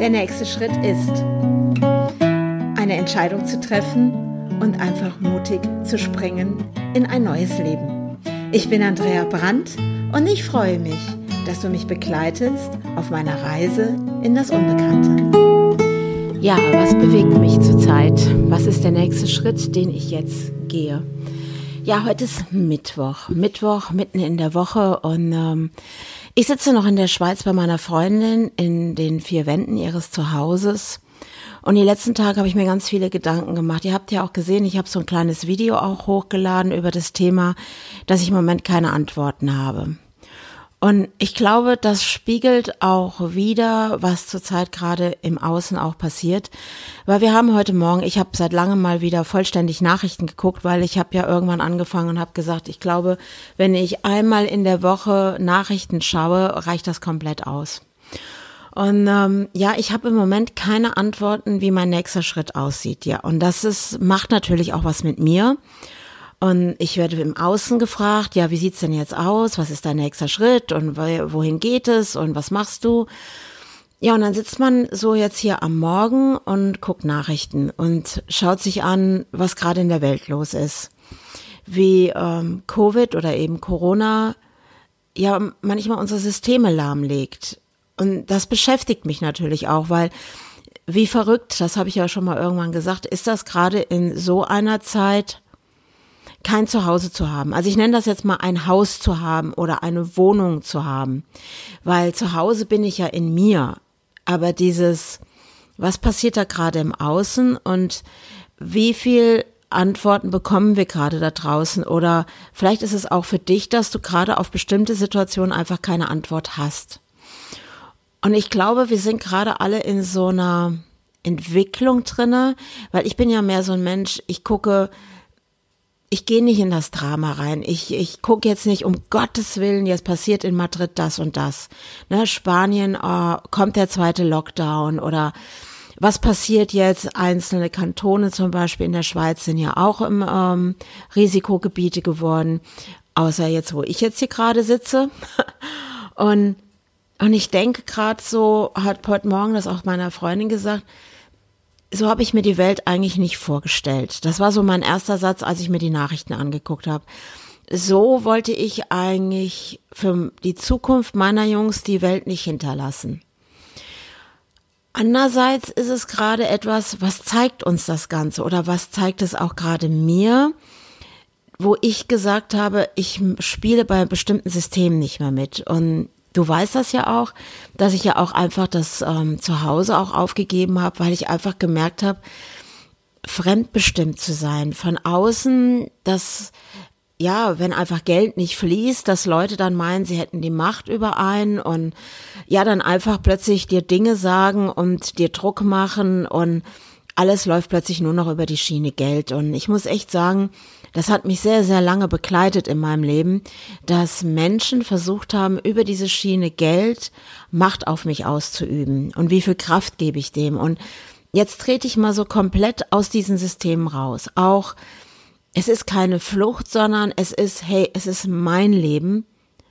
Der nächste Schritt ist, eine Entscheidung zu treffen und einfach mutig zu springen in ein neues Leben. Ich bin Andrea Brandt und ich freue mich, dass du mich begleitest auf meiner Reise in das Unbekannte. Ja, was bewegt mich zurzeit? Was ist der nächste Schritt, den ich jetzt gehe? Ja, heute ist Mittwoch mitten in der Woche und ich sitze noch in der Schweiz bei meiner Freundin in den 4 Wänden ihres Zuhauses und die letzten Tage habe ich mir ganz viele Gedanken gemacht. Ihr habt ja auch gesehen, ich habe so ein kleines Video auch hochgeladen über das Thema, dass ich im Moment keine Antworten habe. Und ich glaube, das spiegelt auch wieder, was zurzeit gerade im Außen auch passiert. Weil wir haben heute Morgen, ich habe seit langem mal wieder vollständig Nachrichten geguckt, weil ich habe ja irgendwann angefangen und habe gesagt, ich glaube, wenn ich einmal in der Woche Nachrichten schaue, reicht das komplett aus. Und ich habe im Moment keine Antworten, wie mein nächster Schritt aussieht. Ja, und macht natürlich auch was mit mir. Und ich werde im Außen gefragt, ja, wie sieht's denn jetzt aus? Was ist dein nächster Schritt? Und wohin geht es? Und was machst du? Ja, und dann sitzt man so jetzt hier am Morgen und guckt Nachrichten und schaut sich an, was gerade in der Welt los ist. Wie Covid oder eben Corona ja manchmal unsere Systeme lahmlegt. Und das beschäftigt mich natürlich auch, weil wie verrückt, das habe ich ja schon mal irgendwann gesagt, ist das gerade in so einer Zeit, kein Zuhause zu haben. Also ich nenne das jetzt mal ein Haus zu haben oder eine Wohnung zu haben, weil zu Hause bin ich ja in mir. Aber was passiert da gerade im Außen und wie viel Antworten bekommen wir gerade da draußen? Oder vielleicht ist es auch für dich, dass du gerade auf bestimmte Situationen einfach keine Antwort hast. Und ich glaube, wir sind gerade alle in so einer Entwicklung drinne, weil ich bin ja mehr so ein Mensch, ich gehe nicht in das Drama rein. Ich gucke jetzt nicht, um Gottes Willen, jetzt passiert in Madrid das und das. Ne, Spanien, kommt der zweite Lockdown oder was passiert jetzt? Einzelne Kantone zum Beispiel in der Schweiz sind ja auch im Risikogebiete geworden, außer jetzt, wo ich jetzt hier gerade sitze. Und ich denke gerade so, hat heute Morgen das auch meiner Freundin gesagt, so habe ich mir die Welt eigentlich nicht vorgestellt. Das war so mein erster Satz, als ich mir die Nachrichten angeguckt habe. So wollte ich eigentlich für die Zukunft meiner Jungs die Welt nicht hinterlassen. Andererseits ist es gerade etwas, was zeigt uns das Ganze oder was zeigt es auch gerade mir, wo ich gesagt habe, ich spiele bei bestimmten Systemen nicht mehr mit. Und du weißt das ja auch, dass ich ja auch einfach das Zuhause auch aufgegeben habe, weil ich einfach gemerkt habe, fremdbestimmt zu sein. Von außen, dass, ja, wenn einfach Geld nicht fließt, dass Leute dann meinen, sie hätten die Macht über einen und ja, dann einfach plötzlich dir Dinge sagen und dir Druck machen und alles läuft plötzlich nur noch über die Schiene Geld. Und ich muss echt sagen, das hat mich sehr, sehr lange begleitet in meinem Leben, dass Menschen versucht haben, über diese Schiene Geld Macht auf mich auszuüben. Und wie viel Kraft gebe ich dem? Und jetzt trete ich mal so komplett aus diesen Systemen raus. Auch, es ist keine Flucht, sondern es ist mein Leben.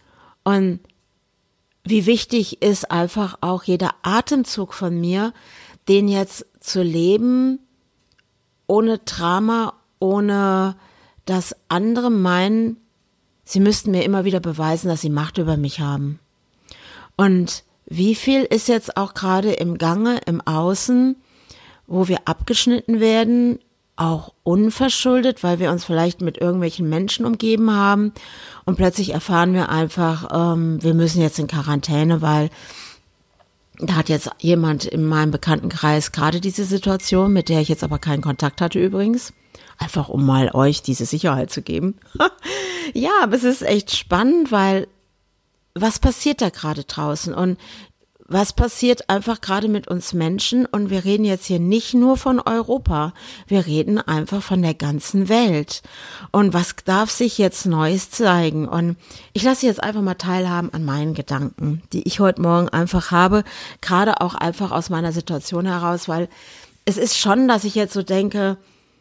Und wie wichtig ist einfach auch jeder Atemzug von mir, den jetzt zu leben, ohne Drama, ohne dass andere meinen, sie müssten mir immer wieder beweisen, dass sie Macht über mich haben. Und wie viel ist jetzt auch gerade im Gange, im Außen, wo wir abgeschnitten werden, auch unverschuldet, weil wir uns vielleicht mit irgendwelchen Menschen umgeben haben und plötzlich erfahren wir einfach, wir müssen jetzt in Quarantäne, weil da hat jetzt jemand in meinem Bekanntenkreis gerade diese Situation, mit der ich jetzt aber keinen Kontakt hatte übrigens. Einfach um mal euch diese Sicherheit zu geben. Ja, aber es ist echt spannend, weil was passiert da gerade draußen und was passiert einfach gerade mit uns Menschen? Und wir reden jetzt hier nicht nur von Europa, wir reden einfach von der ganzen Welt. Und was darf sich jetzt Neues zeigen? Und ich lasse jetzt einfach mal teilhaben an meinen Gedanken, die ich heute Morgen einfach habe, gerade auch einfach aus meiner Situation heraus, weil es ist schon, dass ich jetzt so denke,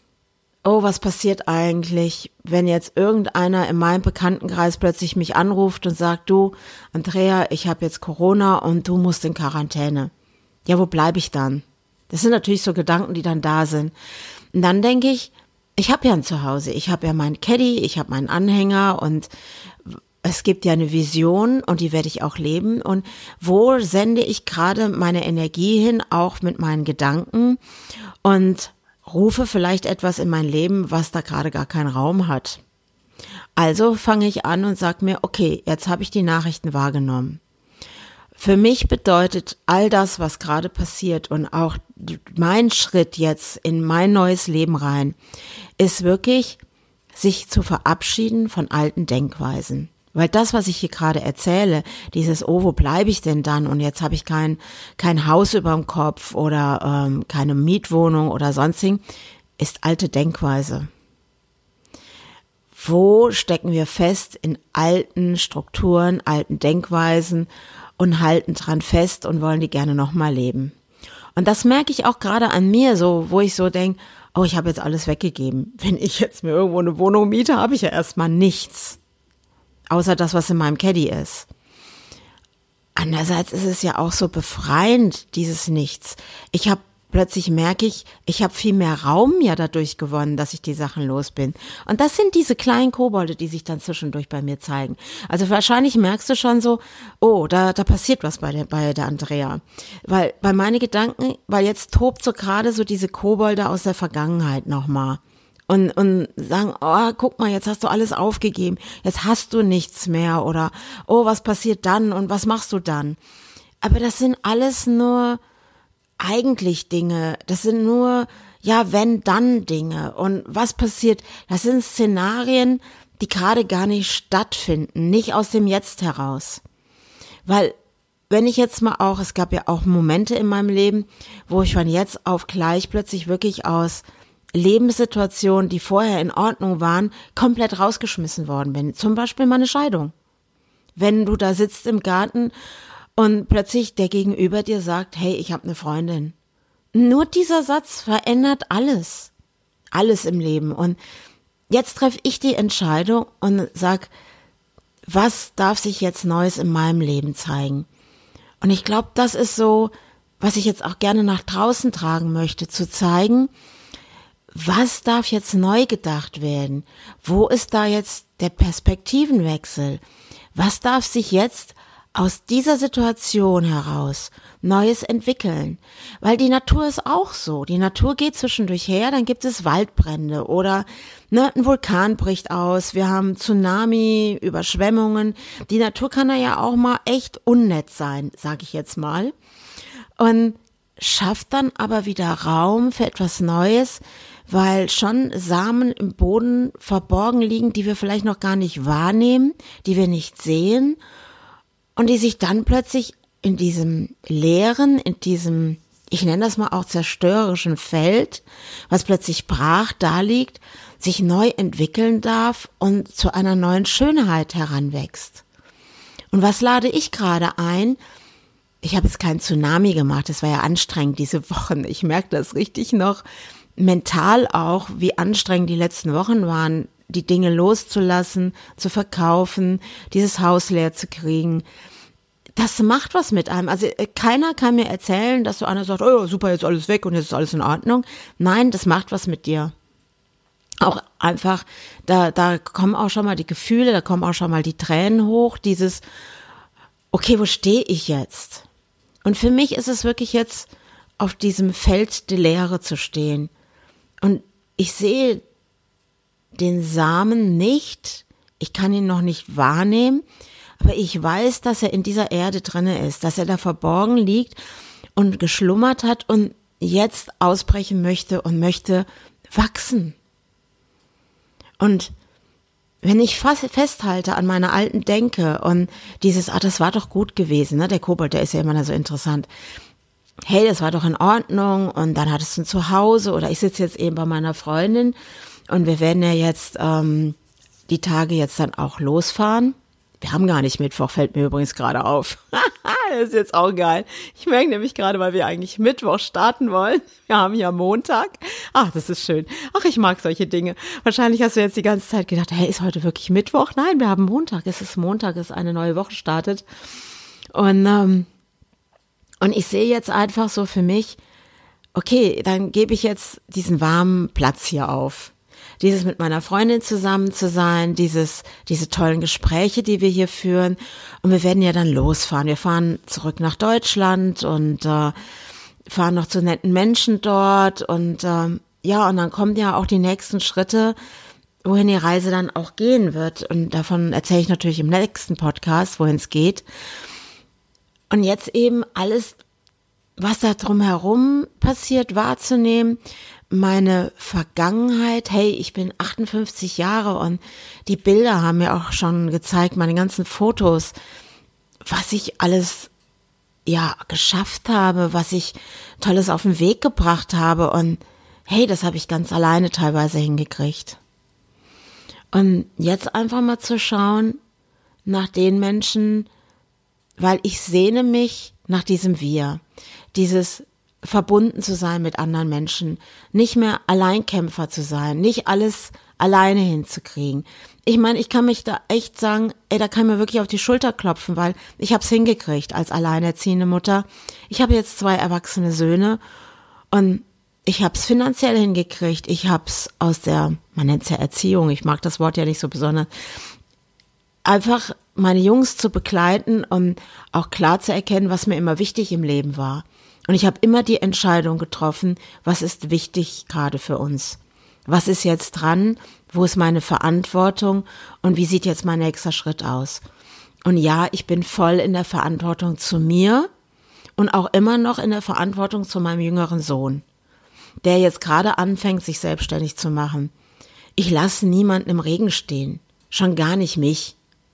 oh, was passiert eigentlich, wenn jetzt irgendeiner in meinem Bekanntenkreis plötzlich mich anruft und sagt, du, Andrea, ich habe jetzt Corona und du musst in Quarantäne. ja, wo bleibe ich dann? Das sind natürlich so Gedanken, die dann da sind. Und dann denke ich habe ja ein Zuhause, ich habe ja meinen Caddy, ich habe meinen Anhänger und es gibt ja eine Vision und die werde ich auch leben. Und wo sende ich gerade meine Energie hin, auch mit meinen Gedanken und rufe vielleicht etwas in mein Leben, was da gerade gar keinen Raum hat. Also fange ich an und sage mir, okay, jetzt habe ich die Nachrichten wahrgenommen. Für mich bedeutet all das, was gerade passiert und auch mein Schritt jetzt in mein neues Leben rein, ist wirklich, sich zu verabschieden von alten Denkweisen. Weil das, was ich hier gerade erzähle, dieses, oh, wo bleibe ich denn dann? Und jetzt habe ich kein Haus überm Kopf oder keine Mietwohnung oder sonstigen, ist alte Denkweise. Wo stecken wir fest in alten Strukturen, alten Denkweisen und halten dran fest und wollen die gerne nochmal leben? Und das merke ich auch gerade an mir so, wo ich so denke, oh, ich habe jetzt alles weggegeben. Wenn ich jetzt mir irgendwo eine Wohnung miete, habe ich ja erstmal nichts. Außer das, was in meinem Caddy ist. Andererseits ist es ja auch so befreiend, dieses Nichts. Plötzlich merke ich habe viel mehr Raum ja dadurch gewonnen, dass ich die Sachen los bin. Und das sind diese kleinen Kobolde, die sich dann zwischendurch bei mir zeigen. Also wahrscheinlich merkst du schon so, oh, da passiert was bei der Andrea. Weil bei meine Gedanken, weil jetzt tobt so gerade so diese Kobolde aus der Vergangenheit nochmal. Und sagen, oh, guck mal, jetzt hast du alles aufgegeben, jetzt hast du nichts mehr oder, oh, was passiert dann und was machst du dann? Aber das sind alles nur eigentlich Dinge, das sind nur, ja, wenn, dann Dinge. Und was passiert? Das sind Szenarien, die gerade gar nicht stattfinden, nicht aus dem Jetzt heraus. Weil, wenn ich jetzt mal auch, es gab ja auch Momente in meinem Leben, wo ich von jetzt auf gleich plötzlich wirklich aus Lebenssituationen, die vorher in Ordnung waren, komplett rausgeschmissen worden bin. Zum Beispiel meine Scheidung. Wenn du da sitzt im Garten und plötzlich der Gegenüber dir sagt, hey, ich habe eine Freundin. Nur dieser Satz verändert alles. Alles im Leben. Und jetzt treffe ich die Entscheidung und sag, was darf sich jetzt Neues in meinem Leben zeigen? Und ich glaube, das ist so, was ich jetzt auch gerne nach draußen tragen möchte, zu zeigen, was darf jetzt neu gedacht werden? Wo ist da jetzt der Perspektivenwechsel? Was darf sich jetzt aus dieser Situation heraus Neues entwickeln? Weil die Natur ist auch so. Die Natur geht zwischendurch her, dann gibt es Waldbrände oder ein Vulkan bricht aus, wir haben Tsunami, Überschwemmungen. Die Natur kann da ja auch mal echt unnett sein, sage ich jetzt mal. Und schafft dann aber wieder Raum für etwas Neues, weil schon Samen im Boden verborgen liegen, die wir vielleicht noch gar nicht wahrnehmen, die wir nicht sehen und die sich dann plötzlich in diesem leeren, in diesem, ich nenne das mal auch zerstörerischen Feld, was plötzlich brach da liegt, sich neu entwickeln darf und zu einer neuen Schönheit heranwächst. Und was lade ich gerade ein? Ich habe jetzt keinen Tsunami gemacht, das war ja anstrengend diese Wochen. Ich merke das richtig noch mental auch, wie anstrengend die letzten Wochen waren, die Dinge loszulassen, zu verkaufen, dieses Haus leer zu kriegen. Das macht was mit einem. Also keiner kann mir erzählen, dass so einer sagt, oh super, jetzt alles weg und jetzt ist alles in Ordnung. Nein, das macht was mit dir. Auch einfach, da kommen auch schon mal die Gefühle, da kommen auch schon mal die Tränen hoch, dieses, okay, wo stehe ich jetzt? Und für mich ist es wirklich jetzt, auf diesem Feld der Leere zu stehen. Und ich sehe den Samen nicht, ich kann ihn noch nicht wahrnehmen, aber ich weiß, dass er in dieser Erde drinne ist, dass er da verborgen liegt und geschlummert hat und jetzt ausbrechen möchte und möchte wachsen. Und wenn ich festhalte an meiner alten Denke und dieses, das war doch gut gewesen, ne? Der Kobold, der ist ja immer so interessant. Hey, das war doch in Ordnung und dann hattest du ein Zuhause oder ich sitze jetzt eben bei meiner Freundin und wir werden ja jetzt die Tage jetzt dann auch losfahren. Wir haben gar nicht Mittwoch, fällt mir übrigens gerade auf. Das ist jetzt auch geil. Ich merke nämlich gerade, weil wir eigentlich Mittwoch starten wollen. Wir haben ja Montag. Ach, das ist schön. Ach, ich mag solche Dinge. Wahrscheinlich hast du jetzt die ganze Zeit gedacht, hey, ist heute wirklich Mittwoch? Nein, wir haben Montag. Es ist Montag, es ist eine neue Woche startet. Und Und ich sehe jetzt einfach so für mich, okay, dann gebe ich jetzt diesen warmen Platz hier auf. Dieses mit meiner Freundin zusammen zu sein, diese tollen Gespräche, die wir hier führen. Und wir werden ja dann losfahren. Wir fahren zurück nach Deutschland und fahren noch zu netten Menschen dort. Und und dann kommen ja auch die nächsten Schritte, wohin die Reise dann auch gehen wird. Und davon erzähle ich natürlich im nächsten Podcast, wohin es geht. Und jetzt eben alles, was da drumherum passiert, wahrzunehmen, meine Vergangenheit, hey, ich bin 58 Jahre und die Bilder haben mir auch schon gezeigt, meine ganzen Fotos, was ich alles, geschafft habe, was ich Tolles auf den Weg gebracht habe und hey, das habe ich ganz alleine teilweise hingekriegt. Und jetzt einfach mal zu schauen nach den Menschen, weil ich sehne mich nach diesem Wir, dieses verbunden zu sein mit anderen Menschen, nicht mehr Alleinkämpfer zu sein, nicht alles alleine hinzukriegen. Ich meine, ich kann mich da echt sagen, da kann ich mir wirklich auf die Schulter klopfen, weil ich habe es hingekriegt als alleinerziehende Mutter. Ich habe jetzt 2 erwachsene Söhne und ich habe es finanziell hingekriegt. Ich habe es aus man nennt es ja Erziehung, ich mag das Wort ja nicht so besonders, einfach meine Jungs zu begleiten und auch klar zu erkennen, was mir immer wichtig im Leben war. Und ich habe immer die Entscheidung getroffen, was ist wichtig gerade für uns? Was ist jetzt dran? Wo ist meine Verantwortung? Und wie sieht jetzt mein nächster Schritt aus? Und ja, ich bin voll in der Verantwortung zu mir und auch immer noch in der Verantwortung zu meinem jüngeren Sohn, der jetzt gerade anfängt, sich selbstständig zu machen. Ich lasse niemanden im Regen stehen, schon gar nicht mich.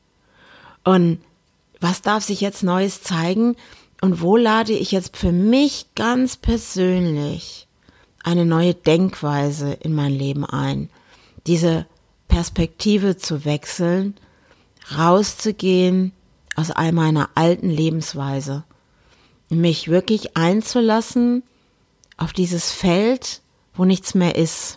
Und was darf sich jetzt Neues zeigen? Und wo lade ich jetzt für mich ganz persönlich eine neue Denkweise in mein Leben ein? Diese Perspektive zu wechseln, rauszugehen aus all meiner alten Lebensweise, mich wirklich einzulassen auf dieses Feld, wo nichts mehr ist.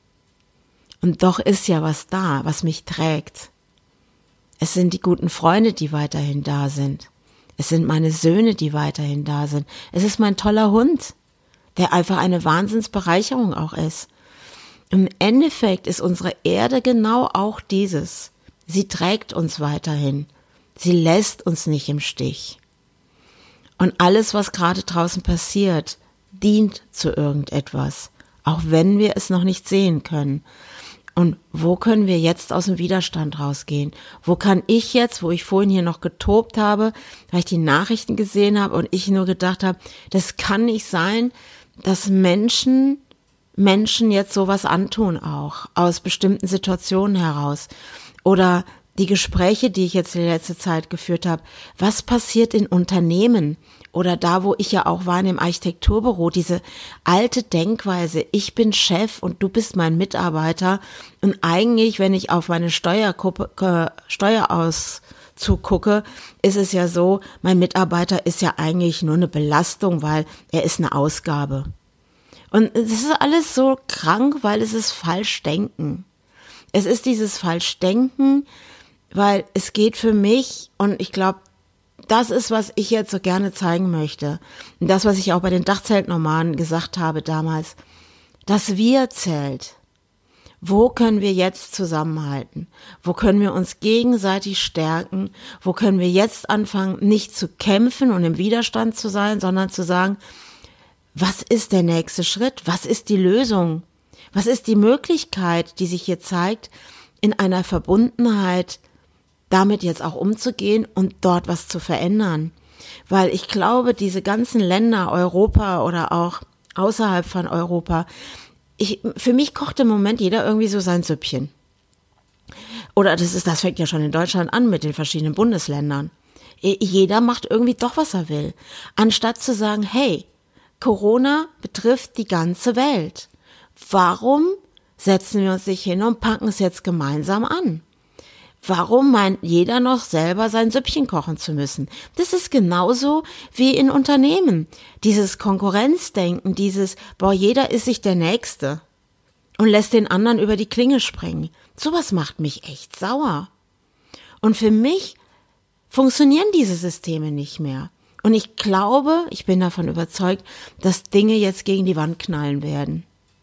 Und doch ist ja was da, was mich trägt. Es sind die guten Freunde, die weiterhin da sind. Es sind meine Söhne, die weiterhin da sind. Es ist mein toller Hund, der einfach eine Wahnsinnsbereicherung auch ist. Im Endeffekt ist unsere Erde genau auch dieses. Sie trägt uns weiterhin. Sie lässt uns nicht im Stich. Und alles, was gerade draußen passiert, dient zu irgendetwas, auch wenn wir es noch nicht sehen können. Und wo können wir jetzt aus dem Widerstand rausgehen? Wo kann ich jetzt, wo ich vorhin hier noch getobt habe, weil ich die Nachrichten gesehen habe und ich nur gedacht habe, das kann nicht sein, dass Menschen jetzt sowas antun auch, aus bestimmten Situationen heraus. Oder die Gespräche, die ich jetzt in der letzten Zeit geführt habe, was passiert in Unternehmen? Oder da, wo ich ja auch war in dem Architekturbüro, diese alte Denkweise, ich bin Chef und du bist mein Mitarbeiter. Und eigentlich, wenn ich auf meine Steuerauszug gucke, ist es ja so, mein Mitarbeiter ist ja eigentlich nur eine Belastung, weil er ist eine Ausgabe. Und es ist alles so krank, weil es ist Falschdenken. Es ist dieses Falschdenken, weil es geht für mich, und ich glaube, das ist, was ich jetzt so gerne zeigen möchte. Und das, was ich auch bei den Dachzeltnomaden gesagt habe damals. Das Wir zählt. Wo können wir jetzt zusammenhalten? Wo können wir uns gegenseitig stärken? Wo können wir jetzt anfangen, nicht zu kämpfen und im Widerstand zu sein, sondern zu sagen, was ist der nächste Schritt? Was ist die Lösung? Was ist die Möglichkeit, die sich hier zeigt, in einer Verbundenheit damit jetzt auch umzugehen und dort was zu verändern? Weil ich glaube, diese ganzen Länder, Europa oder auch außerhalb von Europa, für mich kocht im Moment jeder irgendwie so sein Süppchen. Oder das fängt ja schon in Deutschland an mit den verschiedenen Bundesländern. Jeder macht irgendwie doch, was er will. Anstatt zu sagen, hey, Corona betrifft die ganze Welt. Warum setzen wir uns nicht hin und packen es jetzt gemeinsam an? Warum meint jeder noch selber sein Süppchen kochen zu müssen? Das ist genauso wie in Unternehmen. Dieses Konkurrenzdenken, jeder ist sich der Nächste und lässt den anderen über die Klinge springen. Sowas macht mich echt sauer. Und für mich funktionieren diese Systeme nicht mehr. Und ich glaube, ich bin davon überzeugt, dass Dinge jetzt gegen die Wand knallen werden.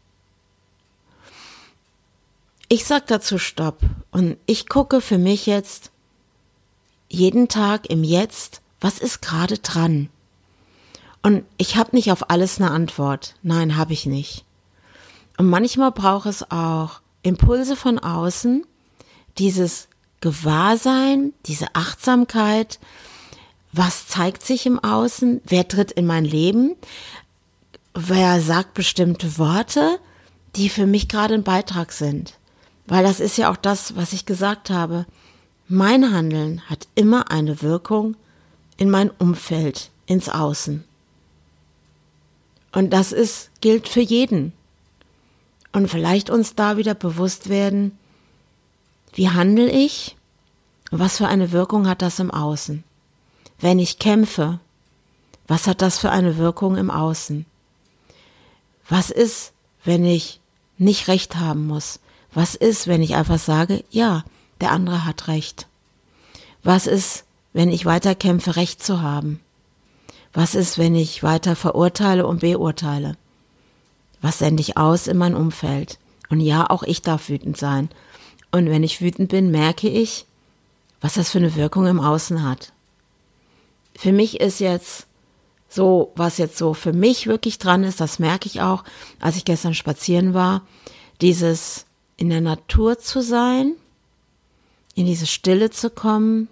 Ich sag dazu Stopp und ich gucke für mich jetzt jeden Tag im Jetzt, was ist gerade dran? Und ich habe nicht auf alles eine Antwort. Nein, habe ich nicht. Und manchmal braucht es auch Impulse von außen, dieses Gewahrsein, diese Achtsamkeit. Was zeigt sich im Außen? Wer tritt in mein Leben? Wer sagt bestimmte Worte, die für mich gerade ein Beitrag sind? Weil das ist ja auch das, was ich gesagt habe. Mein Handeln hat immer eine Wirkung in mein Umfeld, ins Außen. Und das gilt für jeden. Und vielleicht uns da wieder bewusst werden, wie handle ich und was für eine Wirkung hat das im Außen? Wenn ich kämpfe, was hat das für eine Wirkung im Außen? Was ist, wenn ich nicht recht haben muss? Was ist, wenn ich einfach sage, ja, der andere hat recht? Was ist, wenn ich weiter kämpfe, Recht zu haben? Was ist, wenn ich weiter verurteile und beurteile? Was sende ich aus in mein Umfeld? Und ja, auch ich darf wütend sein. Und wenn ich wütend bin, merke ich, was das für eine Wirkung im Außen hat. Für mich ist jetzt so, was jetzt so für mich wirklich dran ist, das merke ich auch, als ich gestern spazieren war, dieses in der Natur zu sein, in diese Stille zu kommen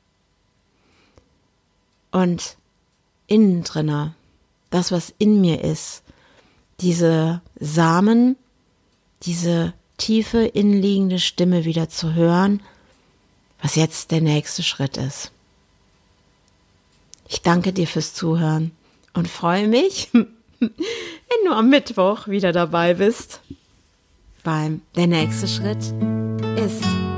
und innen drinner, das, was in mir ist, diese Samen, diese tiefe, innenliegende Stimme wieder zu hören, was jetzt der nächste Schritt ist. Ich danke dir fürs Zuhören und freue mich, wenn du am Mittwoch wieder dabei bist beim Der nächste Schritt ist.